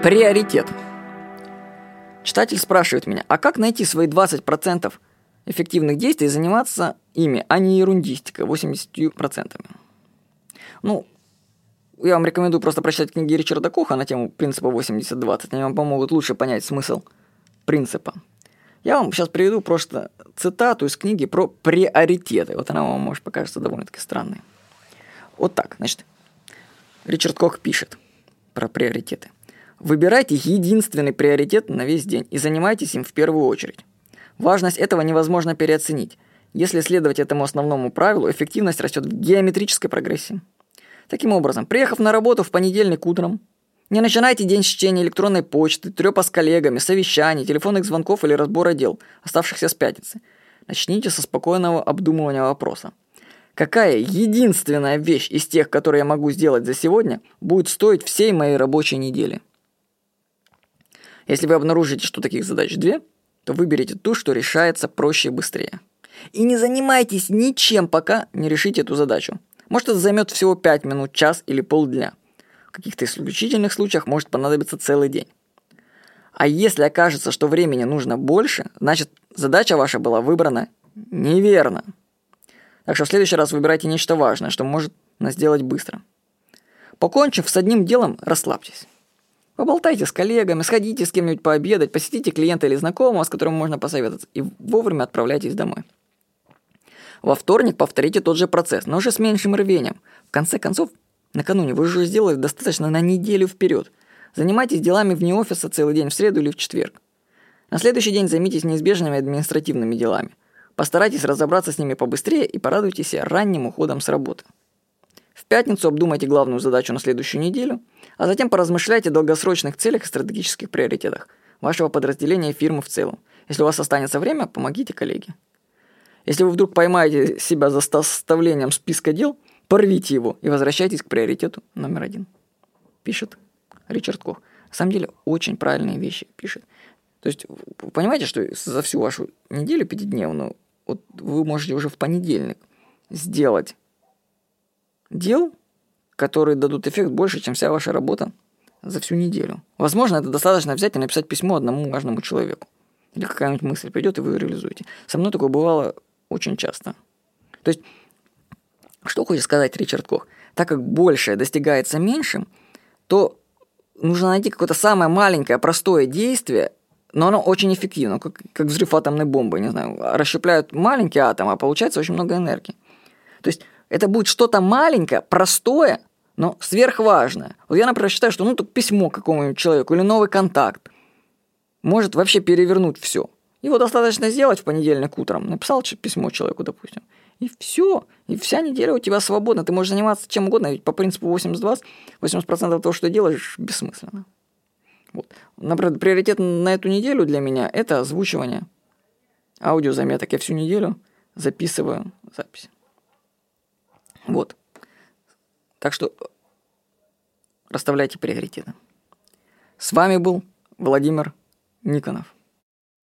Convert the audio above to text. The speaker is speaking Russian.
Приоритет. Читатель спрашивает меня, а как найти свои 20% эффективных действий и заниматься ими, а не ерундистикой 80%? Ну, я вам рекомендую просто прочитать книги Ричарда Коха на тему принципа 80-20. Они вам помогут лучше понять смысл принципа. Я вам сейчас приведу просто цитату из книги про приоритеты. Вот она вам, может, покажется довольно-таки странной. Вот так, значит, Ричард Кох пишет про приоритеты. Выбирайте единственный приоритет на весь день и занимайтесь им в первую очередь. Важность этого невозможно переоценить. Если следовать этому основному правилу, эффективность растет в геометрической прогрессии. Таким образом, приехав на работу в понедельник утром, не начинайте день с чтения электронной почты, трёпа с коллегами, совещаний, телефонных звонков или разбора дел, оставшихся с пятницы. Начните со спокойного обдумывания вопроса. Какая единственная вещь из тех, которые я могу сделать за сегодня, будет стоить всей моей рабочей недели? Если вы обнаружите, что таких задач 2, то выберите ту, что решается проще и быстрее. И не занимайтесь ничем, пока не решите эту задачу. Может, это займет всего 5 минут, час или полдня. В каких-то исключительных случаях может понадобиться целый день. А если окажется, что времени нужно больше, значит, задача ваша была выбрана неверно. Так что в следующий раз выбирайте нечто важное, что может сделать быстро. Покончив с одним делом, расслабьтесь. Поболтайте с коллегами, сходите с кем-нибудь пообедать, посетите клиента или знакомого, с которым можно посоветоваться, и вовремя отправляйтесь домой. Во вторник повторите тот же процесс, но уже с меньшим рвением. В конце концов, накануне вы уже сделали достаточно на неделю вперед. Занимайтесь делами вне офиса целый день в среду или в четверг. На следующий день займитесь неизбежными административными делами. Постарайтесь разобраться с ними побыстрее и порадуйте себя ранним уходом с работы. В пятницу обдумайте главную задачу на следующую неделю, а затем поразмышляйте о долгосрочных целях и стратегических приоритетах вашего подразделения и фирмы в целом. Если у вас останется время, помогите коллеге. Если вы вдруг поймаете себя за составлением списка дел, порвите его и возвращайтесь к приоритету номер 1. Пишет Ричард Кох. На самом деле, очень правильные вещи пишет. То есть, вы понимаете, что за всю вашу неделю пятидневную, вот вы можете уже в понедельник сделать дел, которые дадут эффект больше, чем вся ваша работа за всю неделю. Возможно, это достаточно взять и написать письмо одному важному человеку. Или какая-нибудь мысль придет, и вы ее реализуете. Со мной такое бывало очень часто. То есть, что хочет сказать Ричард Кох? Так как большее достигается меньшим, то нужно найти какое-то самое маленькое, простое действие, но оно очень эффективно, как взрыв атомной бомбы, не знаю, расщепляют маленький атом, а получается очень много энергии. То есть, это будет что-то маленькое, простое, но сверхважное. Вот я, например, считаю, что только письмо какому-нибудь человеку или новый контакт может вообще перевернуть все. Его достаточно сделать в понедельник утром. Написал письмо человеку, допустим. И все. И вся неделя у тебя свободна. Ты можешь заниматься чем угодно. Ведь по принципу 80-20, 80% того, что ты делаешь, бессмысленно. Вот. Например, приоритет на эту неделю для меня – это озвучивание аудиозаметок. Я всю неделю записываю записи. Вот. Так что расставляйте приоритеты. С вами был Владимир Никонов.